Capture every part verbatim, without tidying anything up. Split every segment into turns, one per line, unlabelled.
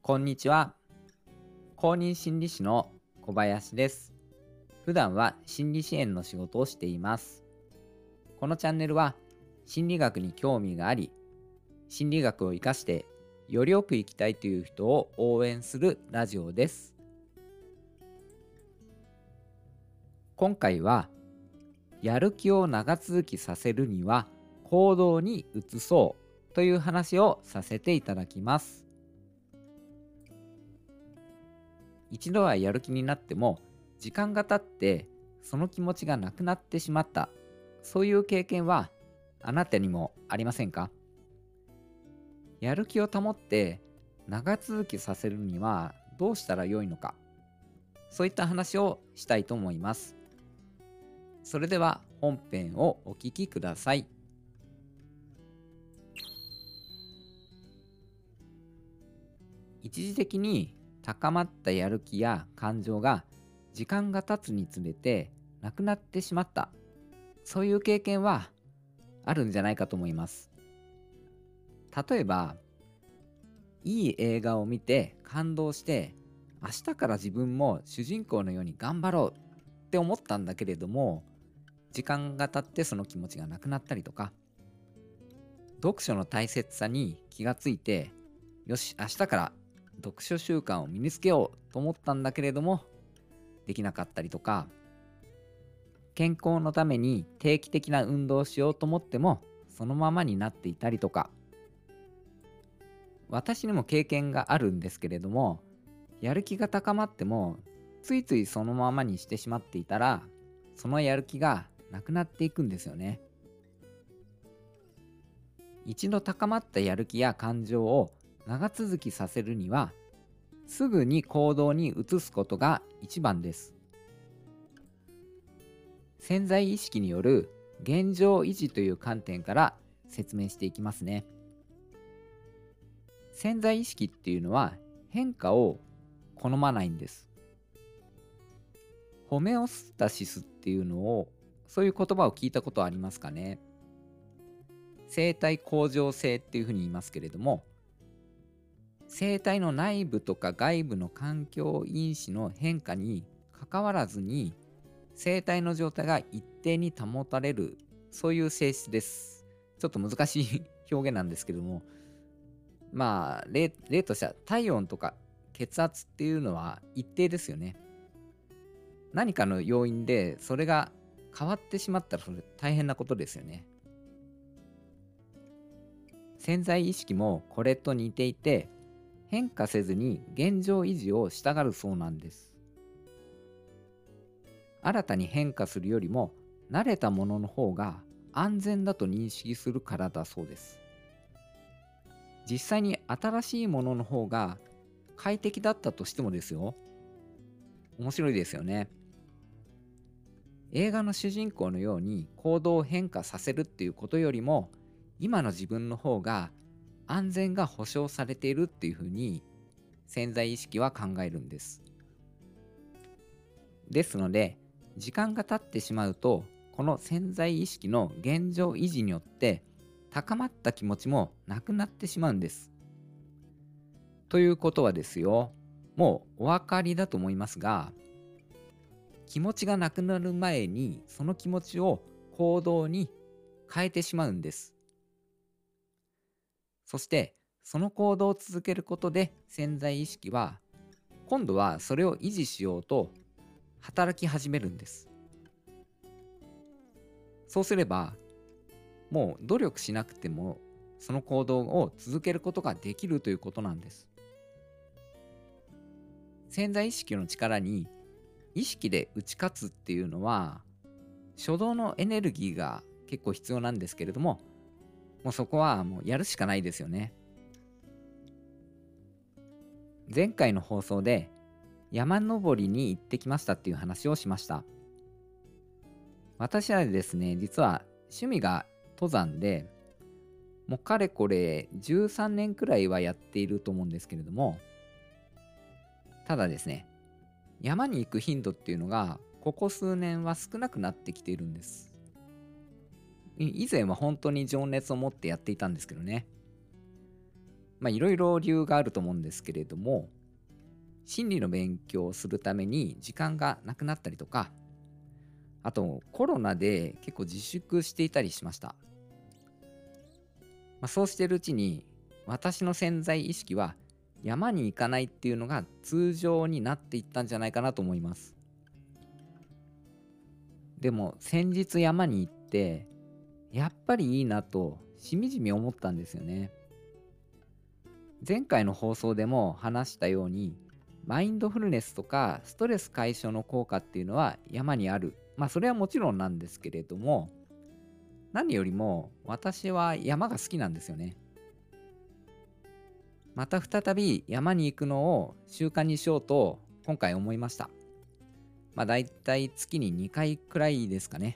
こんにちは。公認心理師の小林です。普段は心理支援の仕事をしています。このチャンネルは心理学に興味があり、心理学を生かしてよりよく生きたいという人を応援するラジオです。今回は、やる気を長続きさせるには行動に移そうという話をさせていただきます。一度はやる気になっても時間が経ってその気持ちがなくなってしまった、そういう経験はあなたにもありませんか？やる気を保って長続きさせるにはどうしたらよいのか、そういった話をしたいと思います。それでは本編をお聞きください。一時的に高まったやる気や感情が時間が経つにつれてなくなってしまった、そういう経験はあるんじゃないかと思います。例えば、いい映画を見て感動して明日から自分も主人公のように頑張ろうって思ったんだけれども、時間が経ってその気持ちがなくなったりとか、読書の大切さに気がついて、よし明日から読書習慣を身につけようと思ったんだけれどもできなかったりとか、健康のために定期的な運動をしようと思ってもそのままになっていたりとか、私にも経験があるんですけれども、やる気が高まってもついついそのままにしてしまっていたら、そのやる気がなくなっていくんですよね。一度高まったやる気や感情を長続きさせるには、すぐに行動に移すことが一番です。潜在意識による現状維持という観点から説明していきますね。潜在意識っていうのは変化を好まないんです。ホメオスタシスっていうのを、そういう言葉を聞いたことはありますかね。生体向上性っていうふうに言いますけれども、生体の内部とか外部の環境因子の変化に関わらずに生体の状態が一定に保たれる、そういう性質です。ちょっと難しい表現なんですけども、まあ例例としては体温とか血圧っていうのは一定ですよね。何かの要因でそれが変わってしまったらそれ大変なことですよね。潜在意識もこれと似ていて、変化せずに現状維持をしたがるそうなんです。新たに変化するよりも慣れたものの方が安全だと認識するからだそうです。実際に新しいものの方が快適だったとしてもですよ。面白いですよね。映画の主人公のように行動を変化させるっていうことよりも、今の自分の方が安全が保証されているっていうふうに潜在意識は考えるんです。ですので、時間が経ってしまうと、この潜在意識の現状維持によって高まった気持ちもなくなってしまうんです。ということはですよ、もうお分かりだと思いますが、気持ちがなくなる前にその気持ちを行動に変えてしまうんです。そしてその行動を続けることで潜在意識は今度はそれを維持しようと働き始めるんです。そうすればもう努力しなくてもその行動を続けることができるということなんです。潜在意識の力に意識で打ち勝つっていうのは初動のエネルギーが結構必要なんですけれども、もうそこはもうやるしかないですよね。前回の放送で山登りに行ってきましたっていう話をしました。私はですね、実は趣味が登山で、もうかれこれじゅうさんねんくらいはやっていると思うんですけれども、ただですね、山に行く頻度っていうのがここ数年は少なくなってきているんです。い以前は本当に情熱を持ってやっていたんですけどね。 まあいろいろ理由があると思うんですけれども、心理の勉強をするために時間がなくなったりとか、あとコロナで結構自粛していたりしました。まあ、そうしているうちに私の潜在意識は山に行かないっていうのが通常になっていったんじゃないかなと思います。でも先日山に行ってやっぱりいいなとしみじみ思ったんですよね。前回の放送でも話したように、マインドフルネスとかストレス解消の効果っていうのは山にある。まあそれはもちろんなんですけれども、何よりも私は山が好きなんですよね。また再び山に行くのを習慣にしようと今回思いました。まあだいたい月ににかいくらいですかね。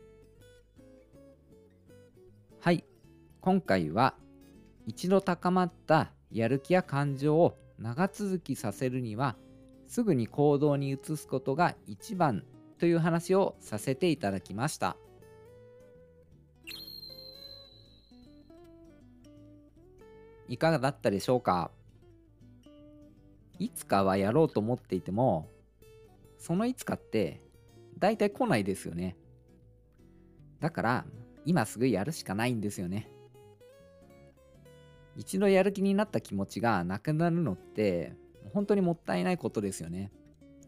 はい、今回は一度高まったやる気や感情を長続きさせるにはすぐに行動に移すことが一番という話をさせていただきました。いかがだったでしょうか。いつかはやろうと思っていても、そのいつかってだいたい来ないですよね。だから今すぐやるしかないんですよね。一度やる気になった気持ちがなくなるのって本当にもったいないことですよね。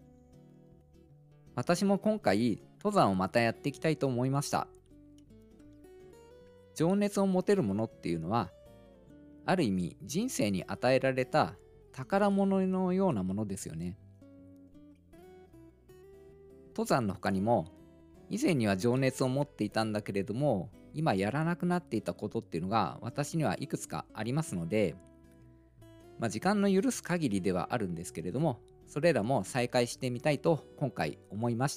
私も今回登山をまたやっていきたいと思いました。情熱を持てるものっていうのはある意味人生に与えられた宝物のようなものですよね。登山の他にも以前には情熱を持っていたんだけれども今やらなくなっていたことっていうのが私にはいくつかありますので、まあ、時間の許す限りではあるんですけれども、それらも再開してみたいと今回思いました。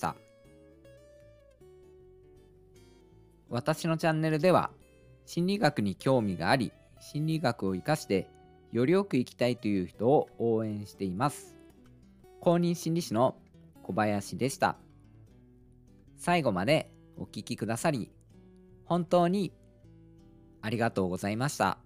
私のチャンネルでは心理学に興味があり、心理学を生かしてよりよく生きたいという人を応援しています。公認心理師の小林でした。最後までお聞きくださり本当にありがとうございました。